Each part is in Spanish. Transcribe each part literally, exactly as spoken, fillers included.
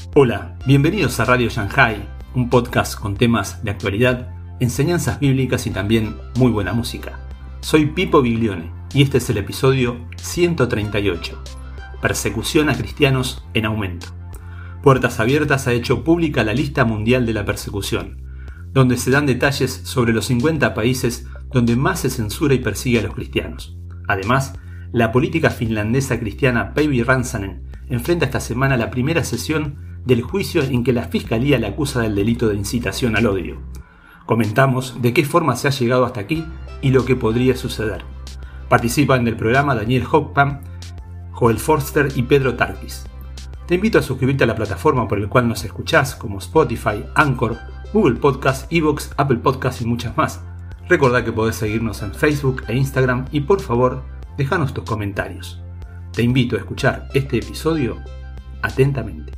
Hola, bienvenidos a Radio Shanghai, un podcast con temas de actualidad, enseñanzas bíblicas y también muy buena música. Soy Pipo Biglione y este es el episodio ciento treinta y ocho, Persecución a cristianos en aumento. Puertas Abiertas ha hecho pública la lista mundial de la persecución, donde se dan detalles sobre los cincuenta países donde más se censura y persigue a los cristianos. Además, la política finlandesa cristiana Päivi Räsänen enfrenta esta semana la primera sesión del juicio en que la Fiscalía le acusa del delito de incitación al odio. Comentamos de qué forma se ha llegado hasta aquí y lo que podría suceder. Participan del programa Daniel Hoffman, Joel Forster y Pedro Tarkis. Te invito a suscribirte a la plataforma por la cual nos escuchás, como Spotify, Anchor, Google Podcast, iVoox, Apple Podcast y muchas más. Recordá que podés seguirnos en Facebook e Instagram y por favor, déjanos tus comentarios. Te invito a escuchar este episodio atentamente.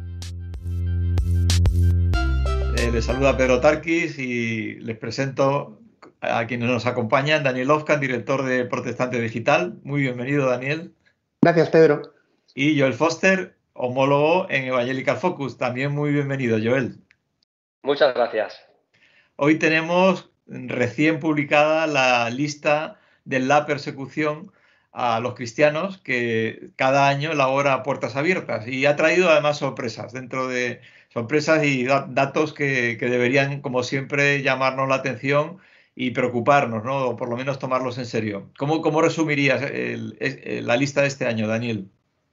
Eh, les saluda Pedro Tarkis y les presento a quienes nos acompañan. Daniel Ofkan, director de Protestante Digital. Muy bienvenido, Daniel. Gracias, Pedro. Y Joel Foster, homólogo en Evangelical Focus. También muy bienvenido, Joel. Muchas gracias. Hoy tenemos recién publicada la lista de la persecución a los cristianos que cada año elabora Puertas Abiertas y ha traído además sorpresas dentro de sorpresas y da datos que, que deberían, como siempre, llamarnos la atención y preocuparnos, ¿no? O por lo menos tomarlos en serio. ¿Cómo, cómo resumirías el, el, la lista de este año, Daniel?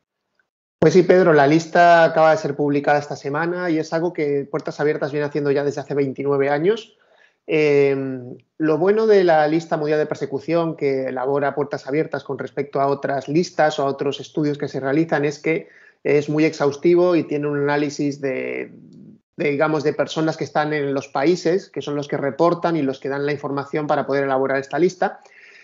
Pues sí, Pedro, la lista acaba de ser publicada esta semana y es algo que Puertas Abiertas viene haciendo ya desde hace veintinueve años. Eh, lo bueno de la lista mundial de persecución que elabora Puertas Abiertas con respecto a otras listas o a otros estudios que se realizan es que es muy exhaustivo y tiene un análisis de, de, digamos, de personas que están en los países, que son los que reportan y los que dan la información para poder elaborar esta lista.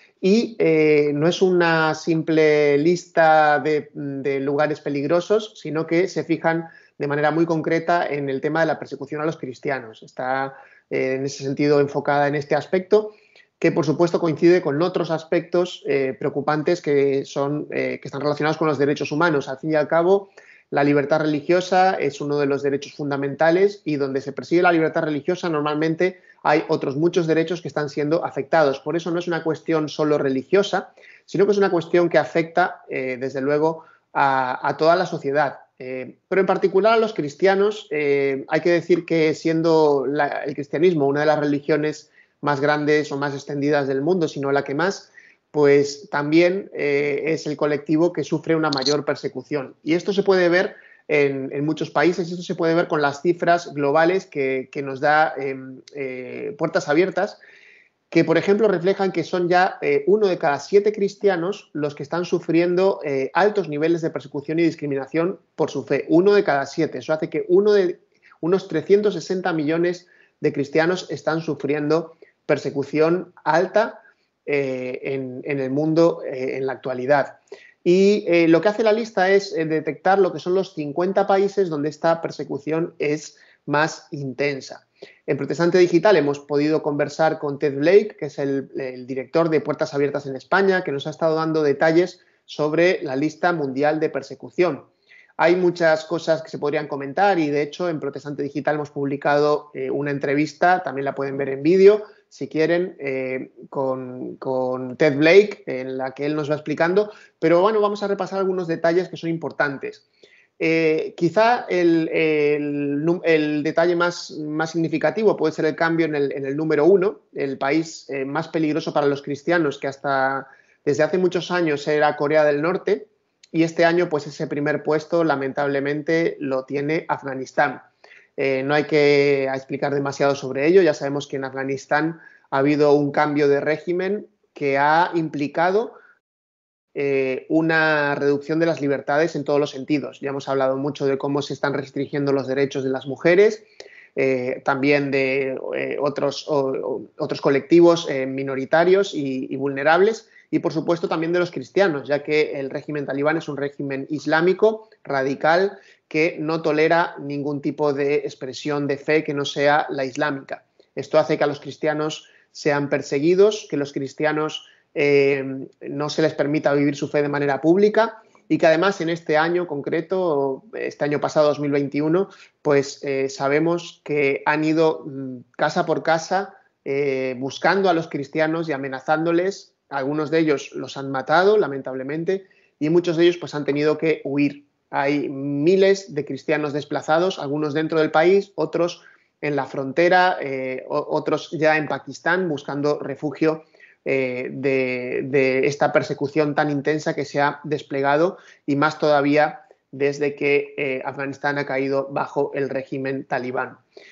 Y eh, no es una simple lista de, de lugares peligrosos, sino que se fijan de manera muy concreta en el tema de la persecución a los cristianos. Está eh, en ese sentido enfocada en este aspecto, que por supuesto coincide con otros aspectos eh, preocupantes que, son, eh, que están relacionados con los derechos humanos. Al fin y al cabo, la libertad religiosa es uno de los derechos fundamentales y donde se persigue la libertad religiosa normalmente hay otros muchos derechos que están siendo afectados. Por eso no es una cuestión solo religiosa, sino que es una cuestión que afecta, eh, desde luego, a, a toda la sociedad. Eh, pero en particular a los cristianos, eh, hay que decir que siendo la, el cristianismo una de las religiones más grandes o más extendidas del mundo, sino la que más, pues también eh, es el colectivo que sufre una mayor persecución. Y esto se puede ver en, en muchos países, y esto se puede ver con las cifras globales que, que nos da eh, eh, Puertas Abiertas, que por ejemplo reflejan que son ya eh, uno de cada siete cristianos los que están sufriendo eh, altos niveles de persecución y discriminación por su fe. Uno de cada siete. Eso hace que uno de, unos trescientos sesenta millones de cristianos están sufriendo persecución alta eh, en, en el mundo eh, en la actualidad. Y eh, lo que hace la lista es eh, detectar lo que son los cincuenta países donde esta persecución es más intensa. En Protestante Digital hemos podido conversar con Ted Blake, que es el, el director de Puertas Abiertas en España, que nos ha estado dando detalles sobre la lista mundial de persecución. Hay muchas cosas que se podrían comentar y, de hecho, en Protestante Digital hemos publicado eh, una entrevista, también la pueden ver en vídeo, si quieren, eh, con, con Ted Blake, en la que él nos va explicando. Pero bueno, vamos a repasar algunos detalles que son importantes. Eh, quizá el, el, el detalle más, más significativo puede ser el cambio en el, en el número uno, el país eh, más peligroso para los cristianos, que hasta desde hace muchos años era Corea del Norte, y este año pues ese primer puesto lamentablemente lo tiene Afganistán. Eh, no hay que explicar demasiado sobre ello, ya sabemos que en Afganistán ha habido un cambio de régimen que ha implicado Eh, una reducción de las libertades en todos los sentidos. Ya hemos hablado mucho de cómo se están restringiendo los derechos de las mujeres, eh, también de eh, otros, o, o, otros colectivos eh, minoritarios y, y vulnerables, y por supuesto también de los cristianos, ya que el régimen talibán es un régimen islámico radical que no tolera ningún tipo de expresión de fe que no sea la islámica. Esto hace que a los cristianos sean perseguidos, que los cristianos Eh, no se les permita vivir su fe de manera pública y que además en este año concreto, este año pasado, dos mil veintiuno, pues eh, sabemos que han ido casa por casa eh, buscando a los cristianos y amenazándoles. Algunos de ellos los han matado, lamentablemente, y muchos de ellos pues han tenido que huir. Hay miles de cristianos desplazados, algunos dentro del país, otros en la frontera, eh, otros ya en Pakistán buscando refugio eh, de, de esta persecución tan intensa que se ha desplegado, y más todavía desde que eh, Afganistán ha caído bajo el régimen talibán.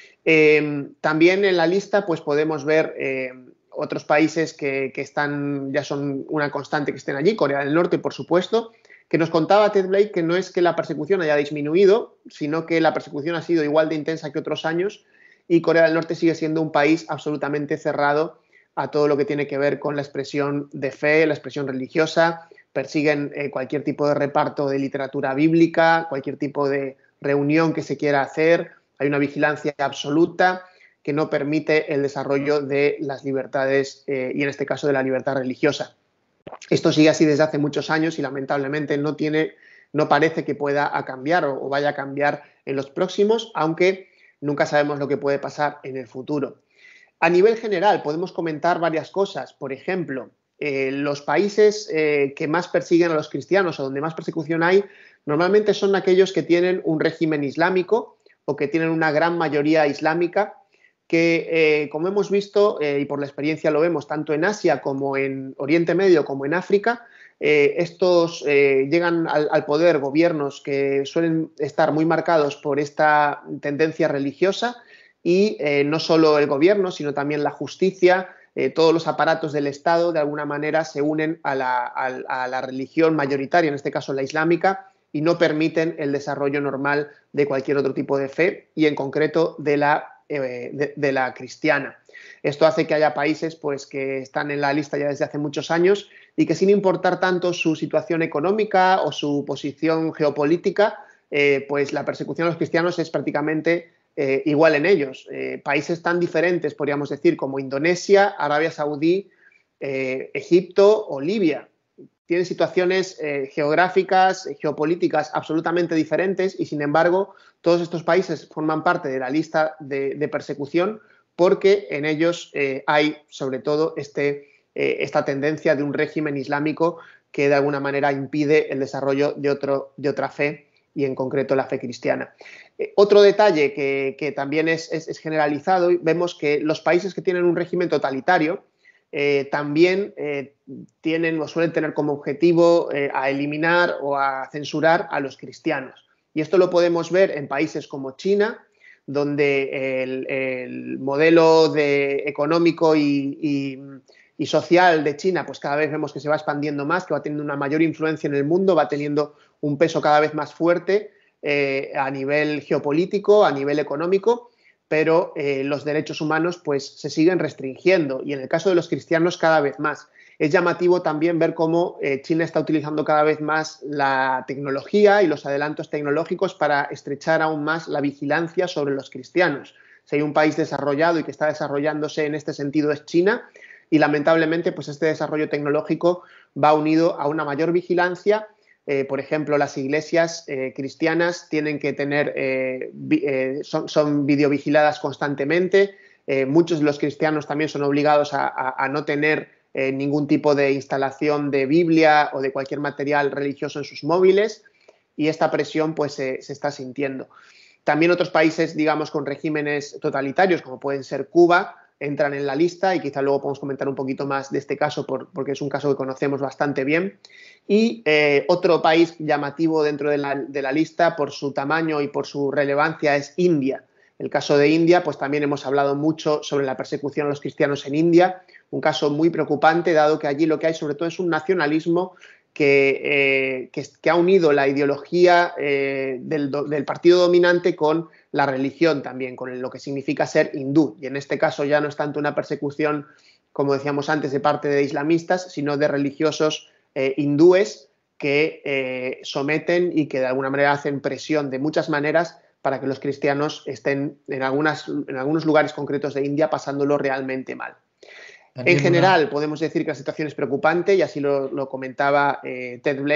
Eh, también en la lista pues podemos ver eh, otros países que, que están, ya son una constante que estén allí, Corea del Norte, por supuesto, que nos contaba Ted Blake que no es que la persecución haya disminuido, sino que la persecución ha sido igual de intensa que otros años, y Corea del Norte sigue siendo un país absolutamente cerrado a todo lo que tiene que ver con la expresión de fe, la expresión religiosa. Persiguen eh, cualquier tipo de reparto de literatura bíblica, cualquier tipo de reunión que se quiera hacer. Hay una vigilancia absoluta que no permite el desarrollo de las libertades eh, y en este caso de la libertad religiosa. Esto sigue así desde hace muchos años y lamentablemente no tiene, no parece que pueda a cambiar o, o vaya a cambiar en los próximos, aunque nunca sabemos lo que puede pasar en el futuro. A nivel general podemos comentar varias cosas. Por ejemplo, eh, los países eh, que más persiguen a los cristianos o donde más persecución hay normalmente son aquellos que tienen un régimen islámico o que tienen una gran mayoría islámica, que eh, como hemos visto eh, y por la experiencia lo vemos tanto en Asia como en Oriente Medio como en África, eh, estos eh, llegan al, al poder gobiernos que suelen estar muy marcados por esta tendencia religiosa y eh, no solo el gobierno sino también la justicia, eh, todos los aparatos del Estado de alguna manera se unen a la, a, a la religión mayoritaria, en este caso la islámica, y no permiten el desarrollo normal de cualquier otro tipo de fe y en concreto de la Eh, de, de la cristiana. Esto hace que haya países pues, que están en la lista ya desde hace muchos años y que sin importar tanto su situación económica o su posición geopolítica, eh, pues la persecución a los cristianos es prácticamente eh, igual en ellos. Eh, países tan diferentes, podríamos decir, como Indonesia, Arabia Saudí, eh, Egipto o Libia. Tienen situaciones eh, geográficas, eh, geopolíticas absolutamente diferentes y, sin embargo, todos estos países forman parte de la lista de, de persecución porque en ellos eh, hay, sobre todo, este, eh, esta tendencia de un régimen islámico que, de alguna manera, impide el desarrollo de, otro, de otra fe y, en concreto, la fe cristiana. Eh, otro detalle que, que también es, es, es generalizado, vemos que los países que tienen un régimen totalitario Eh, también eh, tienen o suelen tener como objetivo eh, a eliminar o a censurar a los cristianos. Y esto lo podemos ver en países como China, donde el, el modelo de, económico y, y, y social de China, pues cada vez vemos que se va expandiendo más, que va teniendo una mayor influencia en el mundo, va teniendo un peso cada vez más fuerte eh, a nivel geopolítico, a nivel económico, pero eh, los derechos humanos pues, se siguen restringiendo y en el caso de los cristianos cada vez más. Es llamativo también ver cómo eh, China está utilizando cada vez más la tecnología y los adelantos tecnológicos para estrechar aún más la vigilancia sobre los cristianos. Si hay un país desarrollado y que está desarrollándose en este sentido es China y lamentablemente pues, este desarrollo tecnológico va unido a una mayor vigilancia. Eh, por ejemplo, las iglesias eh, cristianas tienen que tener, eh, vi, eh, son, son videovigiladas constantemente. Eh, muchos de los cristianos también son obligados a, a, a no tener eh, ningún tipo de instalación de Biblia o de cualquier material religioso en sus móviles y esta presión pues, se, se está sintiendo. También otros países, digamos, con regímenes totalitarios, como pueden ser Cuba, entran en la lista y quizá luego podemos comentar un poquito más de este caso por, porque es un caso que conocemos bastante bien. Y eh, otro país llamativo dentro de la, de la lista por su tamaño y por su relevancia es India. El caso de India, pues también hemos hablado mucho sobre la persecución a los cristianos en India, un caso muy preocupante dado que allí lo que hay sobre todo es un nacionalismo que, eh, que, que ha unido la ideología eh, del, del partido dominante con la religión también, con lo que significa ser hindú. Y en este caso ya no es tanto una persecución, como decíamos antes, de parte de islamistas, sino de religiosos eh, hindúes que eh, someten y que de alguna manera hacen presión de muchas maneras para que los cristianos estén en, algunas, en algunos lugares concretos de India pasándolo realmente mal. También en general, una... podemos decir que la situación es preocupante y así lo, lo comentaba eh, Ted Blake.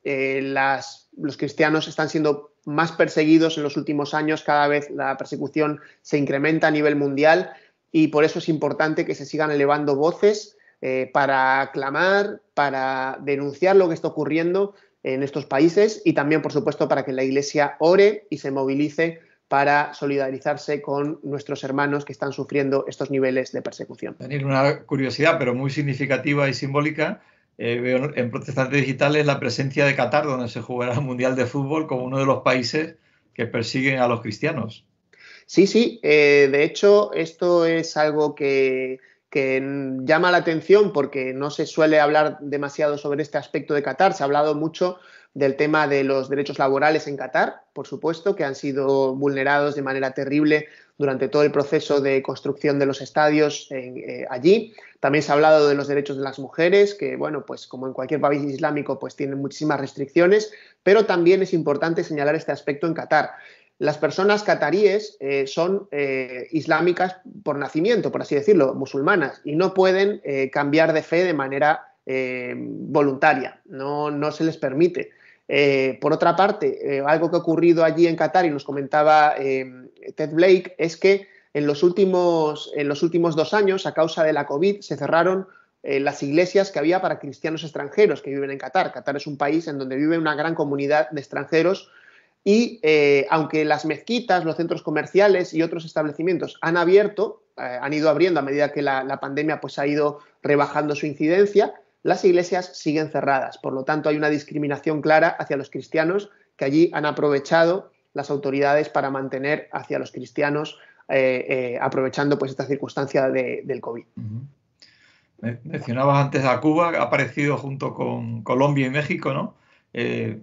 eh, las, los cristianos están siendo más perseguidos en los últimos años, cada vez la persecución se incrementa a nivel mundial y por eso es importante que se sigan elevando voces eh, para clamar, para denunciar lo que está ocurriendo en estos países y también, por supuesto, para que la Iglesia ore y se movilice para solidarizarse con nuestros hermanos que están sufriendo estos niveles de persecución. Daniel, una curiosidad, pero muy significativa y simbólica. Eh, veo en Protestantes Digitales la presencia de Qatar, donde se jugará el Mundial de Fútbol, como uno de los países que persiguen a los cristianos. Sí, sí. Eh, de hecho, esto es algo que, que llama la atención porque no se suele hablar demasiado sobre este aspecto de Qatar. Se ha hablado mucho del tema de los derechos laborales en Qatar, por supuesto, que han sido vulnerados de manera terrible durante todo el proceso de construcción de los estadios en, eh, allí. También se ha hablado de los derechos de las mujeres, que, bueno, pues como en cualquier país islámico, pues tienen muchísimas restricciones, pero también es importante señalar este aspecto en Qatar. Las personas cataríes eh, son eh, islámicas por nacimiento, por así decirlo, musulmanas, y no pueden eh, cambiar de fe de manera eh, voluntaria, no, no se les permite. Eh, por otra parte, eh, algo que ha ocurrido allí en Qatar y nos comentaba eh, Ted Blake es que en los, últimos, en los últimos dos años, a causa de la COVID, se cerraron eh, las iglesias que había para cristianos extranjeros que viven en Qatar. Qatar es un país en donde vive una gran comunidad de extranjeros y eh, aunque las mezquitas, los centros comerciales y otros establecimientos han abierto, eh, han ido abriendo a medida que la, la pandemia pues, ha ido rebajando su incidencia, las iglesias siguen cerradas. Por lo tanto, hay una discriminación clara hacia los cristianos que allí han aprovechado las autoridades para mantener hacia los cristianos, eh, eh, aprovechando pues, esta circunstancia de, del COVID. Uh-huh. Mencionabas antes a Cuba, ha aparecido junto con Colombia y México, ¿no? Eh,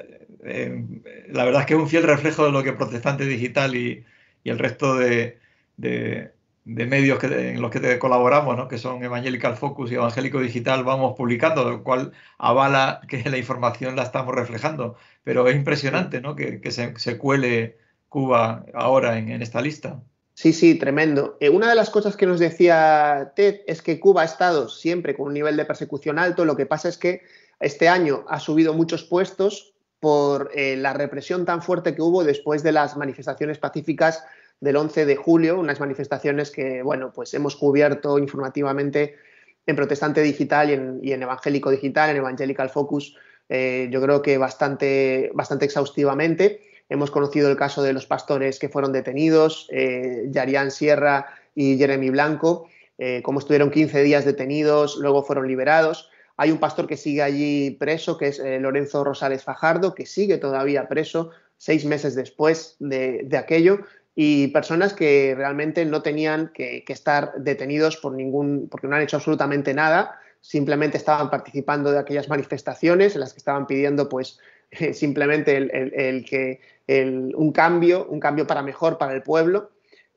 eh, la verdad es que es un fiel reflejo de lo que Protestante Digital y, y el resto de... de de medios que, en los que te colaboramos, ¿no? Que son Evangelical Focus y Evangélico Digital, vamos publicando, lo cual avala que la información la estamos reflejando. Pero es impresionante, ¿no? que, que se, se cuele Cuba ahora en, en esta lista. Sí, sí, tremendo. Eh, una de las cosas que nos decía Ted es que Cuba ha estado siempre con un nivel de persecución alto. Lo que pasa es que este año ha subido muchos puestos por eh, la represión tan fuerte que hubo después de las manifestaciones pacíficas del once de julio, unas manifestaciones que, bueno, pues hemos cubierto informativamente en Protestante Digital y en, y en Evangélico Digital, en Evangelical Focus, eh, yo creo que bastante, bastante exhaustivamente. Hemos conocido el caso de los pastores que fueron detenidos, eh, Yarián Sierra y Jeremy Blanco, eh, cómo estuvieron quince días detenidos, luego fueron liberados. Hay un pastor que sigue allí preso, que es eh, Lorenzo Rosales Fajardo, que sigue todavía preso seis meses después de, de aquello, y personas que realmente no tenían que, que estar detenidos por ningún, porque no han hecho absolutamente nada, simplemente estaban participando de aquellas manifestaciones en las que estaban pidiendo pues eh, simplemente el, el, el que, el, un cambio, un cambio para mejor para el pueblo.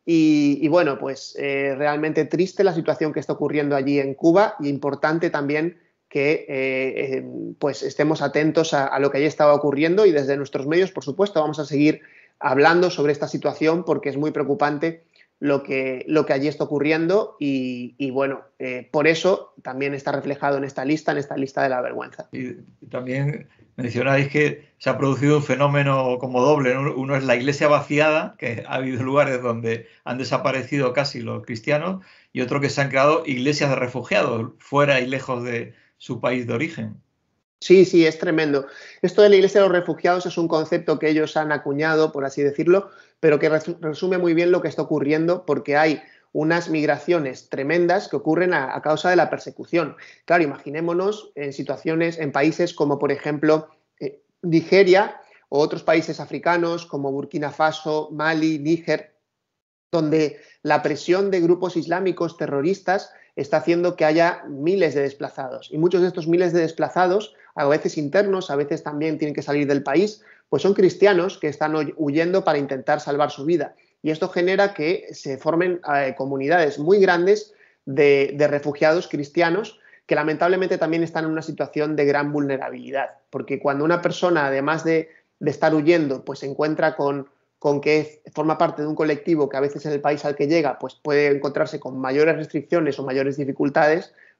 Y, y bueno, pues eh, realmente triste la situación que está ocurriendo allí en Cuba y importante también que eh, eh, pues estemos atentos a, a lo que allí estaba ocurriendo y desde nuestros medios, por supuesto, vamos a seguir hablando sobre esta situación porque es muy preocupante lo que, lo que allí está ocurriendo y, y bueno, eh, por eso también está reflejado en esta lista, en esta lista de la vergüenza. Y también mencionáis que se ha producido un fenómeno como doble, ¿no? Uno es la iglesia vaciada, que ha habido lugares donde han desaparecido casi los cristianos, y otro que se han creado iglesias de refugiados fuera y lejos de su país de origen. Sí, sí, es tremendo. Esto de la Iglesia de los Refugiados es un concepto que ellos han acuñado, por así decirlo, pero que resume muy bien lo que está ocurriendo porque hay unas migraciones tremendas que ocurren a, a causa de la persecución. Claro, imaginémonos en situaciones, en países como, por ejemplo, eh, Nigeria o otros países africanos como Burkina Faso, Mali, Níger, donde la presión de grupos islámicos terroristas está haciendo que haya miles de desplazados. Y muchos de estos miles de desplazados, a veces internos, a veces también tienen que salir del país, pues son cristianos que están huyendo para intentar salvar su vida. Y esto genera que se formen eh, comunidades muy grandes de, de refugiados cristianos que lamentablemente también están en una situación de gran vulnerabilidad. Porque cuando una persona, además de, de estar huyendo, pues se encuentra con... con que forma parte de un colectivo que a veces en el país al que llega pues puede encontrarse con mayores restricciones o mayores dificultades,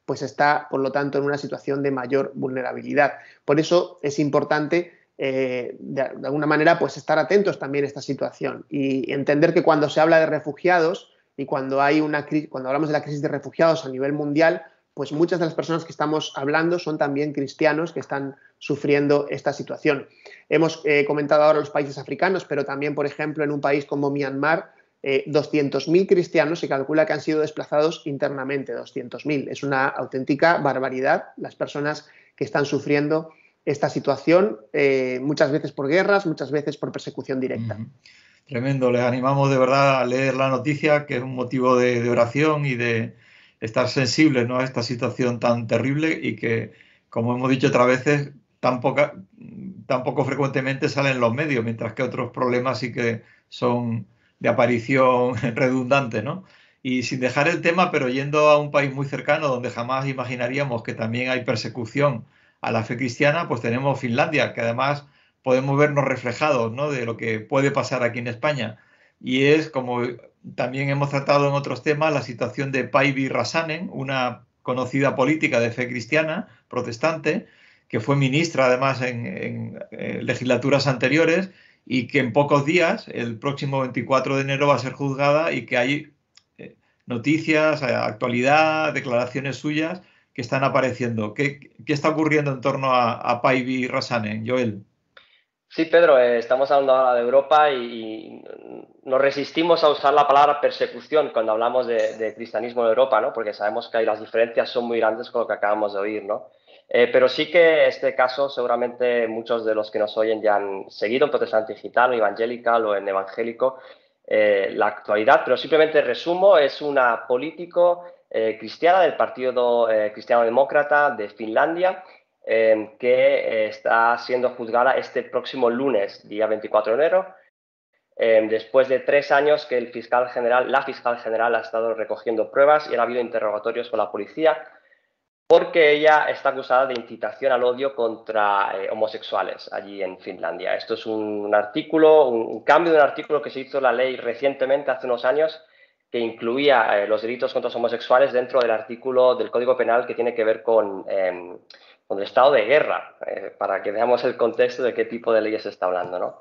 pues está, por lo tanto, en una situación de mayor vulnerabilidad. Por eso es importante, eh, de, de alguna manera, pues estar atentos también a esta situación y entender que cuando se habla de refugiados y cuando, hay una, cuando hablamos de la crisis de refugiados a nivel mundial, pues muchas de las personas que estamos hablando son también cristianos que están sufriendo esta situación. Hemos eh, comentado ahora los países africanos, pero también, por ejemplo, en un país como Myanmar, eh, doscientos mil cristianos se calcula que han sido desplazados internamente, doscientos mil. Es una auténtica barbaridad las personas que están sufriendo esta situación, eh, muchas veces por guerras, muchas veces por persecución directa. Mm, tremendo, les animamos de verdad a leer la noticia, que es un motivo de, de oración y de estar sensibles, ¿no?, a esta situación tan terrible y que, como hemos dicho otras veces, tan, poca, tan poco frecuentemente salen en los medios, mientras que otros problemas sí que son de aparición redundante, ¿no? Y sin dejar el tema, pero yendo a un país muy cercano donde jamás imaginaríamos que también hay persecución a la fe cristiana, pues tenemos Finlandia, que además podemos vernos reflejados, ¿no?, de lo que puede pasar aquí en España. Y es, como también hemos tratado en otros temas, la situación de Päivi Räsänen, una conocida política de fe cristiana, protestante, que fue ministra además en, en, en legislaturas anteriores y que en pocos días, el próximo veinticuatro de enero, va a ser juzgada y que hay eh, noticias, actualidad, declaraciones suyas que están apareciendo. ¿Qué, qué está ocurriendo en torno a, a Päivi Räsänen, Joel? Sí, Pedro, eh, estamos hablando ahora de Europa y, y nos resistimos a usar la palabra persecución cuando hablamos de, de cristianismo en Europa, ¿no? Porque sabemos que ahí las diferencias son muy grandes con lo que acabamos de oír, ¿no? Eh, pero sí que este caso seguramente muchos de los que nos oyen ya han seguido en Protestante Digital o Evangelical o en Evangélico eh, la actualidad, pero simplemente resumo, es una político eh, cristiana del Partido eh, Cristiano Demócrata de Finlandia, Eh, que eh, está siendo juzgada este próximo lunes, día veinticuatro de enero, eh, después de tres años que el fiscal general, la fiscal general ha estado recogiendo pruebas y ha habido interrogatorios con la policía porque ella está acusada de incitación al odio contra eh, homosexuales allí en Finlandia. Esto es un, un artículo, un, un cambio de un artículo que se hizo en la ley recientemente, hace unos años, que incluía eh, los delitos contra los homosexuales dentro del artículo del Código Penal que tiene que ver con, eh, con el estado de guerra, eh, para que veamos el contexto de qué tipo de leyes se está hablando, ¿no?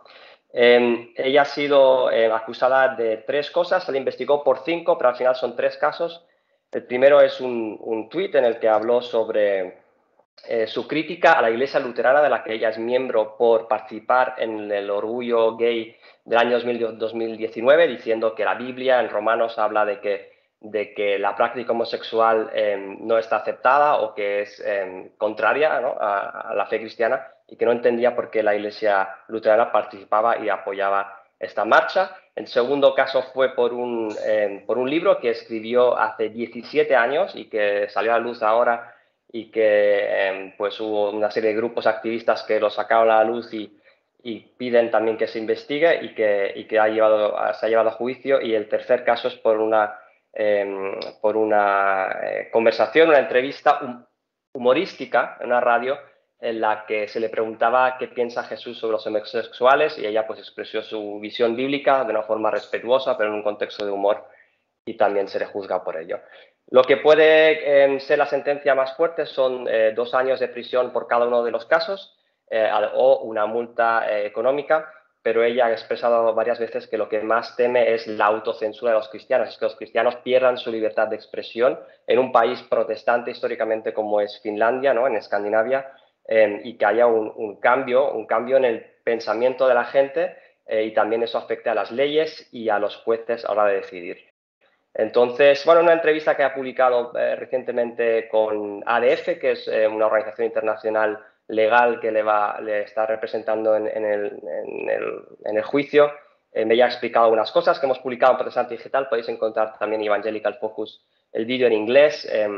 Eh, ella ha sido eh, acusada de tres cosas, se le investigó por cinco, pero al final son tres casos. El primero es un, un tuit en el que habló sobre eh, su crítica a la Iglesia Luterana, de la que ella es miembro, por participar en el orgullo gay del año dos mil diecinueve, diciendo que la Biblia en Romanos habla de que, de que la práctica homosexual eh, no está aceptada o que es eh, contraria, ¿no?, a, a la fe cristiana, y que no entendía por qué la Iglesia Luterana participaba y apoyaba esta marcha. El segundo caso fue por un, eh, por un libro que escribió hace diecisiete años y que salió a la luz ahora, y que eh, pues hubo una serie de grupos activistas que lo sacaron a la luz y, y piden también que se investigue y que, y que ha llevado, se ha llevado a juicio. Y el tercer caso es por una, eh, por una eh, conversación, una entrevista humorística en una radio, en la que se le preguntaba qué piensa Jesús sobre los homosexuales, y ella pues expresó su visión bíblica de una forma respetuosa, pero en un contexto de humor, y también se le juzga por ello. Lo que puede eh, ser la sentencia más fuerte son eh, dos años de prisión por cada uno de los casos eh, o una multa eh, económica, pero ella ha expresado varias veces que lo que más teme es la autocensura de los cristianos, es que los cristianos pierdan su libertad de expresión en un país protestante históricamente como es Finlandia, ¿no?, en Escandinavia, eh, y que haya un, un, cambio, un cambio en el pensamiento de la gente, eh, y también eso afecte a las leyes y a los jueces a la hora de decidir. Entonces, bueno, una entrevista que ha publicado eh, recientemente con A D F, que es eh, una organización internacional legal que le, va, le está representando en, en, el, en, el, en el juicio, eh, me ha explicado algunas cosas que hemos publicado en Protestante Digital. Podéis encontrar también en Evangelical Focus el vídeo en inglés, eh,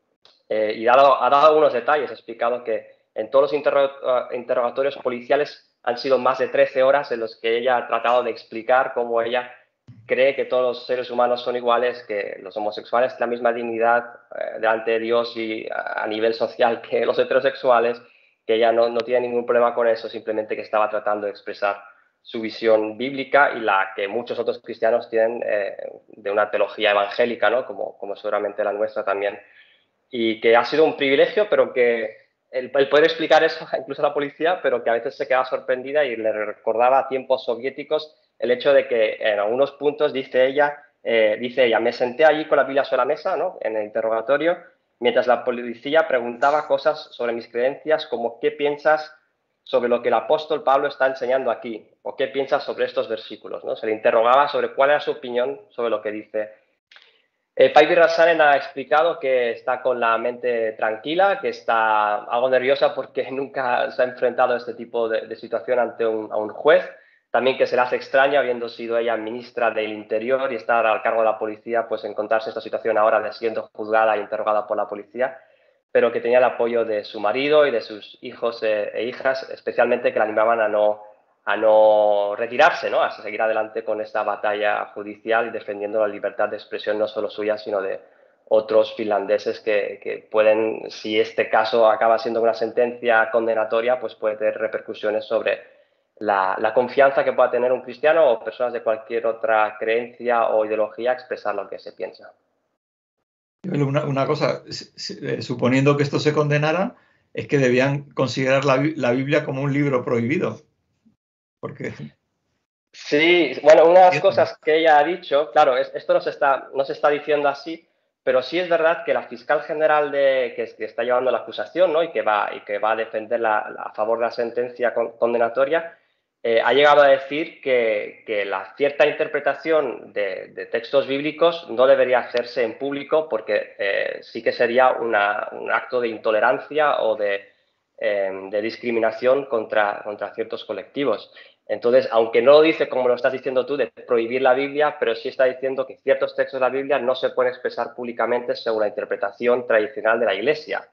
eh, y ha dado, ha dado algunos detalles. Ha explicado que en todos los interrog interrogatorios policiales han sido más de trece horas en los que ella ha tratado de explicar cómo ella cree que todos los seres humanos son iguales, que los homosexuales tienen la misma dignidad eh, delante de Dios y a, a nivel social que los heterosexuales, que ella no, no tiene ningún problema con eso, simplemente que estaba tratando de expresar su visión bíblica y la que muchos otros cristianos tienen eh, de una teología evangélica, ¿no?, como, como seguramente la nuestra también. y que ha sido un privilegio, pero que el, el poder explicar eso incluso a la policía, pero que a veces se quedaba sorprendida y le recordaba a tiempos soviéticos el hecho de que en algunos puntos, dice ella, eh, dice ella, me senté allí con la Biblia sobre la mesa, ¿no?, en el interrogatorio, mientras la policía preguntaba cosas sobre mis creencias, como ¿qué piensas sobre lo que el apóstol Pablo está enseñando aquí? ¿O qué piensas sobre estos versículos? ¿No? Se le interrogaba sobre cuál era su opinión sobre lo que dice. Eh, Päivi Räsänen ha explicado que está con la mente tranquila, que está algo nerviosa porque nunca se ha enfrentado a este tipo de, de situación ante un, a un juez. También que se le hace extraño, habiendo sido ella ministra del Interior y estar al cargo de la policía, pues encontrarse esta situación ahora de siendo juzgada e interrogada por la policía, pero que tenía el apoyo de su marido y de sus hijos e, e hijas, especialmente que la animaban a no, a no retirarse, ¿no?, a seguir adelante con esta batalla judicial y defendiendo la libertad de expresión no solo suya, sino de otros finlandeses que, que pueden, si este caso acaba siendo una sentencia condenatoria, pues puede tener repercusiones sobre La, la confianza que pueda tener un cristiano o personas de cualquier otra creencia o ideología a expresar lo que se piensa. Una, una cosa, suponiendo que esto se condenara, es que debían considerar la, la Biblia como un libro prohibido. Porque... Sí, bueno, una de las cosas que ella ha dicho, claro, es, esto no se, está, no se está diciendo así, pero sí es verdad que la fiscal general de, que, que está llevando la acusación, ¿no?, y, que va, y que va a defender la, la, a favor de la sentencia con, condenatoria, Eh, ha llegado a decir que, que la cierta interpretación de, de textos bíblicos no debería hacerse en público porque eh, sí que sería una, un acto de intolerancia o de, eh, de discriminación contra, contra ciertos colectivos. Entonces, aunque no lo dice como lo estás diciendo tú, de prohibir la Biblia, pero sí está diciendo que ciertos textos de la Biblia no se pueden expresar públicamente según la interpretación tradicional de la Iglesia.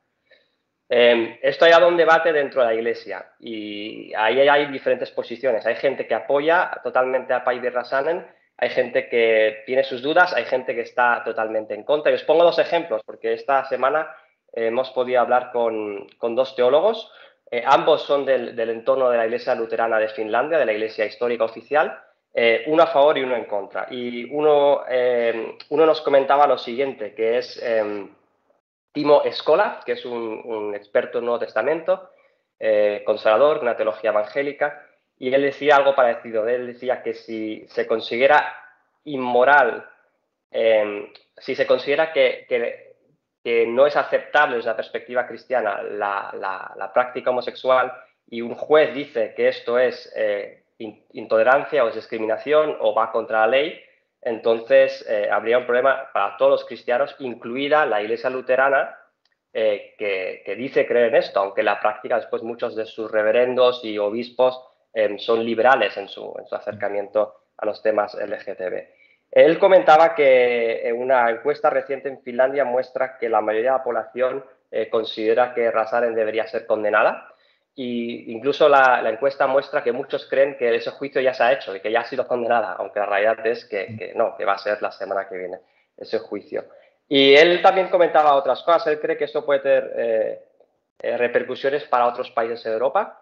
Eh, esto ha dado un debate dentro de la Iglesia y ahí hay diferentes posiciones. Hay gente que apoya totalmente a Päivi Räsänen, hay gente que tiene sus dudas, hay gente que está totalmente en contra. Y os pongo dos ejemplos, porque esta semana eh, hemos podido hablar con, con dos teólogos. Eh, ambos son del, del entorno de la Iglesia Luterana de Finlandia, de la Iglesia Histórica Oficial, eh, uno a favor y uno en contra. Y uno, eh, uno nos comentaba lo siguiente, que es... Eh, Timo Eskola, que es un, un experto en Nuevo Testamento, eh, conservador, una teología evangélica, y él decía algo parecido. Él decía que si se considera inmoral, eh, si se considera que, que, que no es aceptable desde la perspectiva cristiana la, la, la práctica homosexual y un juez dice que esto es eh, intolerancia o es discriminación o va contra la ley, entonces eh, habría un problema para todos los cristianos, incluida la Iglesia Luterana, eh, que, que dice creer en esto, aunque en la práctica después muchos de sus reverendos y obispos eh, son liberales en su, en su acercamiento a los temas L G B T. Él comentaba que una encuesta reciente en Finlandia muestra que la mayoría de la población eh, considera que Räsänen debería ser condenada. Y incluso la, la encuesta muestra que muchos creen que ese juicio ya se ha hecho y que ya ha sido condenada, aunque la realidad es que, que no, que va a ser la semana que viene ese juicio. Y él también comentaba otras cosas. Él cree que esto puede tener eh, eh, repercusiones para otros países de Europa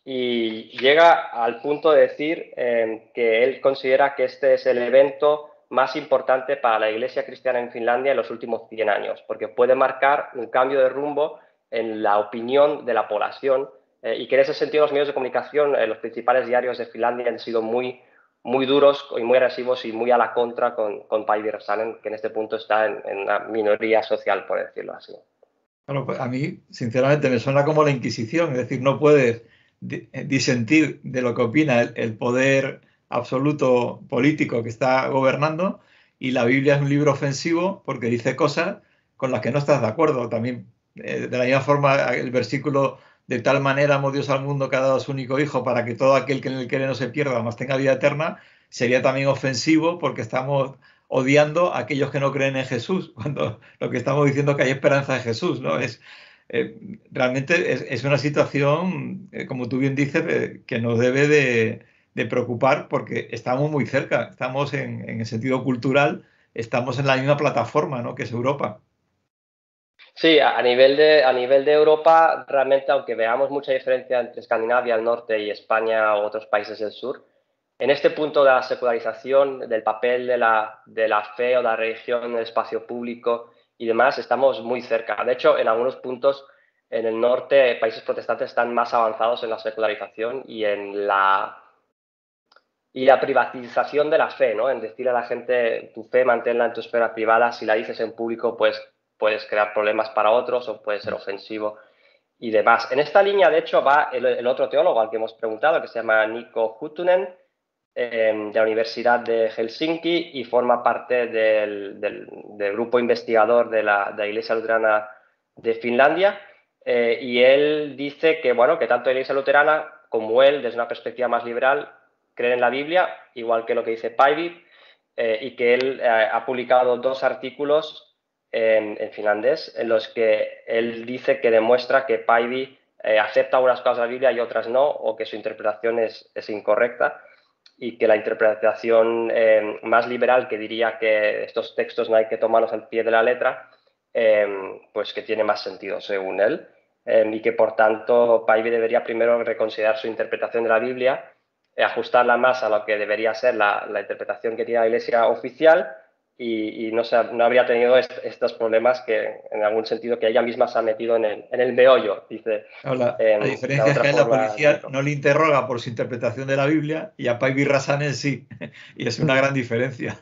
y llega al punto de decir eh, que él considera que este es el evento más importante para la Iglesia cristiana en Finlandia en los últimos cien años, porque puede marcar un cambio de rumbo en la opinión de la población. Eh, y que en ese sentido los medios de comunicación, eh, los principales diarios de Finlandia han sido muy, muy duros y muy agresivos y muy a la contra con, con Päivi Räsänen, que en este punto está en, en una minoría social, por decirlo así. Bueno, pues a mí, sinceramente, me suena como la Inquisición, es decir, no puedes disentir de lo que opina el, el poder absoluto político que está gobernando, y la Biblia es un libro ofensivo porque dice cosas con las que no estás de acuerdo. También, eh, de la misma forma, el versículo de tal manera amó Dios al mundo que ha dado a su único hijo para que todo aquel que en él cree no se pierda, mas tenga vida eterna, sería también ofensivo porque estamos odiando a aquellos que no creen en Jesús, cuando lo que estamos diciendo es que hay esperanza en Jesús, ¿no? Es, eh, realmente es, es una situación, eh, como tú bien dices, eh, que nos debe de, de preocupar porque estamos muy cerca, estamos en, en el sentido cultural, estamos en la misma plataforma, ¿no?, que es Europa. Sí, a nivel, de, a nivel de Europa, realmente, aunque veamos mucha diferencia entre Escandinavia al norte y España o otros países del sur, en este punto de la secularización, del papel de la, de la fe o la religión en el espacio público y demás, estamos muy cerca. De hecho, en algunos puntos en el norte, países protestantes están más avanzados en la secularización y en la, y la privatización de la fe, ¿no? En decirle a la gente, tu fe manténla en tu esfera privada, si la dices en público, pues puedes crear problemas para otros o puede ser ofensivo y demás. En esta línea, de hecho, va el, el otro teólogo al que hemos preguntado, que se llama Nico Huttunen, eh, de la Universidad de Helsinki, y forma parte del, del, del grupo investigador de la, de la Iglesia Luterana de Finlandia. Eh, y él dice que, bueno, que tanto la Iglesia Luterana como él, desde una perspectiva más liberal, creen en la Biblia, igual que lo que dice Päivi, eh, y que él eh, ha publicado dos artículos en, en finlandés en los que él dice que demuestra que Päivi eh, acepta unas cosas de la Biblia y otras no, o que su interpretación es, es incorrecta, y que la interpretación eh, más liberal, que diría que estos textos no hay que tomarlos al pie de la letra, eh, pues que tiene más sentido según él, eh, y que por tanto Päivi debería primero reconsiderar su interpretación de la Biblia, eh, ajustarla más a lo que debería ser la, la interpretación que tiene la Iglesia oficial, y, y no, se, no habría tenido est estos problemas que en algún sentido que ella misma se ha metido en el, en el meollo, dice. La, eh, la diferencia es que a la policía no le interroga por su interpretación de la Biblia y a Päivi Räsänen sí, y es una gran diferencia.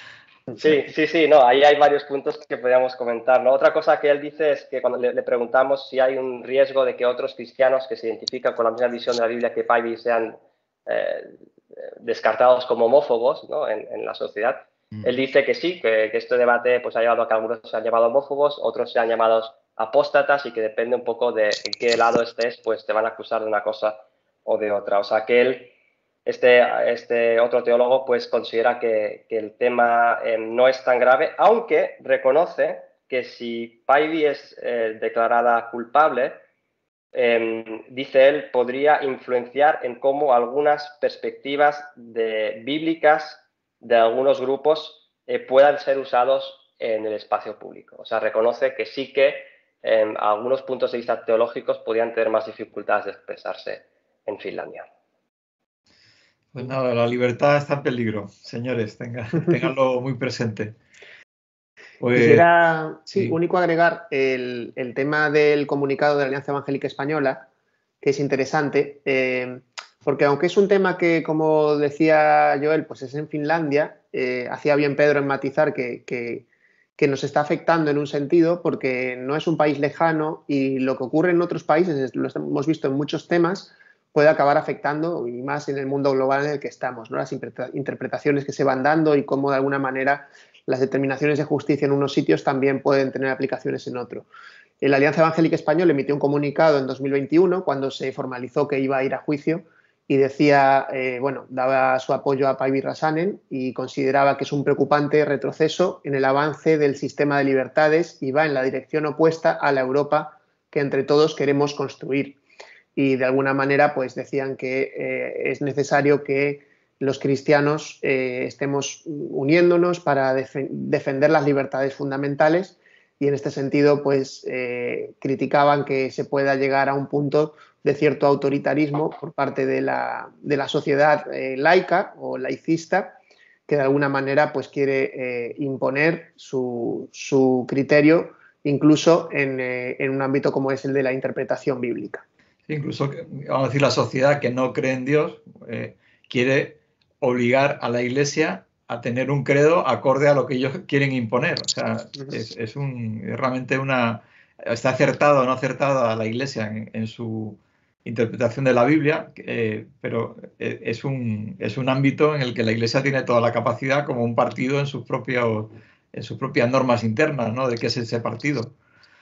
Sí, sí, sí, no, ahí hay varios puntos que podríamos comentar, ¿no? Otra cosa que él dice es que cuando le, le preguntamos si hay un riesgo de que otros cristianos que se identifican con la misma visión de la Biblia que Päivi sean eh, descartados como homófobos, ¿no? en, en la sociedad, mm. él dice que sí, que, que este debate pues, ha llevado a que algunos se han llamado homófobos, otros se han llamado apóstatas, y que depende un poco de en qué lado estés, pues te van a acusar de una cosa o de otra. O sea, que él... Este, este otro teólogo pues considera que, que el tema eh, no es tan grave, aunque reconoce que si Päivi es eh, declarada culpable, eh, dice él, podría influenciar en cómo algunas perspectivas de, bíblicas de algunos grupos eh, puedan ser usados en el espacio público. O sea, reconoce que sí que eh, algunos puntos de vista teológicos podrían tener más dificultades de expresarse en Finlandia. Pues nada, la libertad está en peligro, señores, tenga, ténganlo muy presente. Pues, Quisiera, sí, sí, único agregar el, el tema del comunicado de la Alianza Evangélica Española, que es interesante, eh, porque aunque es un tema que, como decía Joel, pues es en Finlandia, eh, hacía bien Pedro en matizar que, que, que nos está afectando en un sentido, porque no es un país lejano y lo que ocurre en otros países, lo hemos visto en muchos temas, puede acabar afectando, y más en el mundo global en el que estamos, ¿no? Las interpretaciones que se van dando y cómo de alguna manera las determinaciones de justicia en unos sitios también pueden tener aplicaciones en otro. La Alianza Evangélica Española emitió un comunicado en dos mil veintiuno cuando se formalizó que iba a ir a juicio y decía, eh, bueno, daba su apoyo a Päivi Räsänen y consideraba que es un preocupante retroceso en el avance del sistema de libertades y va en la dirección opuesta a la Europa que entre todos queremos construir. Y de alguna manera pues decían que eh, es necesario que los cristianos eh, estemos uniéndonos para def defender las libertades fundamentales, y en este sentido pues eh, criticaban que se pueda llegar a un punto de cierto autoritarismo por parte de la, de la sociedad eh, laica o laicista, que de alguna manera pues quiere eh, imponer su, su criterio incluso en, eh, en un ámbito como es el de la interpretación bíblica. Incluso, vamos a decir, la sociedad que no cree en Dios eh, quiere obligar a la Iglesia a tener un credo acorde a lo que ellos quieren imponer. O sea, es, es, un, es realmente una... Está acertado o no acertado a la Iglesia en, en su interpretación de la Biblia, eh, pero es un, es un ámbito en el que la Iglesia tiene toda la capacidad como un partido en sus, propios, en sus propias normas internas, ¿no? De qué es ese partido.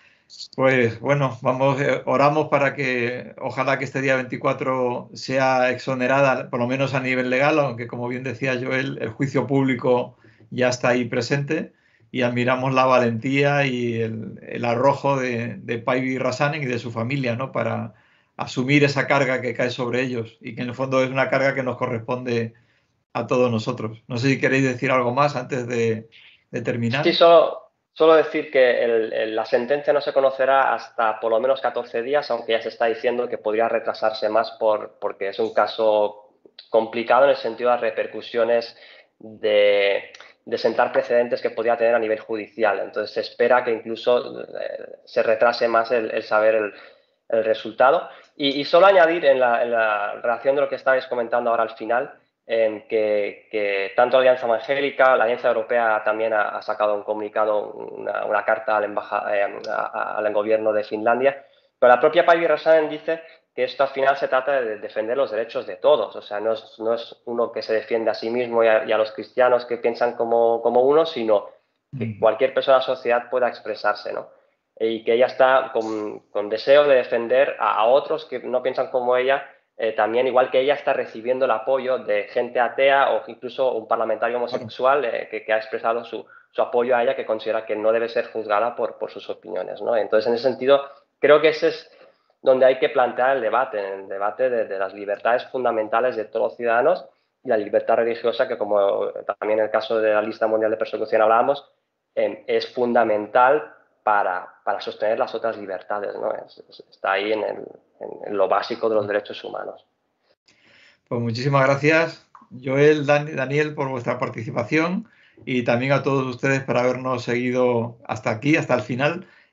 Pues bueno, vamos, eh, oramos para que ojalá que este día veinticuatro sea exonerada, por lo menos a nivel legal, aunque como bien decía Joel, el juicio público ya está ahí presente, y admiramos la valentía y el, el arrojo de, de Päivi Räsänen y de su familia, ¿no? Para asumir esa carga que cae sobre ellos y que en el fondo es una carga que nos corresponde a todos nosotros. No sé si queréis decir algo más antes de, de terminar. Sí, solo... Solo decir que el, el, la sentencia no se conocerá hasta por lo menos catorce días, aunque ya se está diciendo que podría retrasarse más por, porque es un caso complicado en el sentido de las repercusiones de, de sentar precedentes que podía tener a nivel judicial. Entonces se espera que incluso eh, se retrase más el, el saber el, el resultado. Y, y solo añadir en la, en la relación de lo que estabais comentando ahora al final, en que, que tanto la Alianza Evangélica, la Alianza Europea también ha, ha sacado un comunicado, una, una carta al, embaja, eh, a, al gobierno de Finlandia, pero la propia Päivi Räsänen dice que esto al final se trata de defender los derechos de todos, o sea, no es, no es uno que se defiende a sí mismo y a, y a los cristianos que piensan como, como uno, sino que cualquier persona de la sociedad pueda expresarse, ¿no? Y que ella está con, con deseo de defender a, a otros que no piensan como ella, eh, también igual que ella está recibiendo el apoyo de gente atea o incluso un parlamentario homosexual eh, que, que ha expresado su, su apoyo a ella, que considera que no debe ser juzgada por, por sus opiniones, ¿no? Entonces, en ese sentido, creo que ese es donde hay que plantear el debate, el debate de, de las libertades fundamentales de todos los ciudadanos y la libertad religiosa, que como también en el caso de la lista mundial de persecución hablábamos, eh, es fundamental para, para sostener las otras libertades, ¿no? Es, es, está ahí en, el, en lo básico de los derechos humanos. Pues muchísimas gracias, Joel, Dan, Daniel, por vuestra participación y también a todos ustedes por habernos seguido hasta aquí, hasta el final.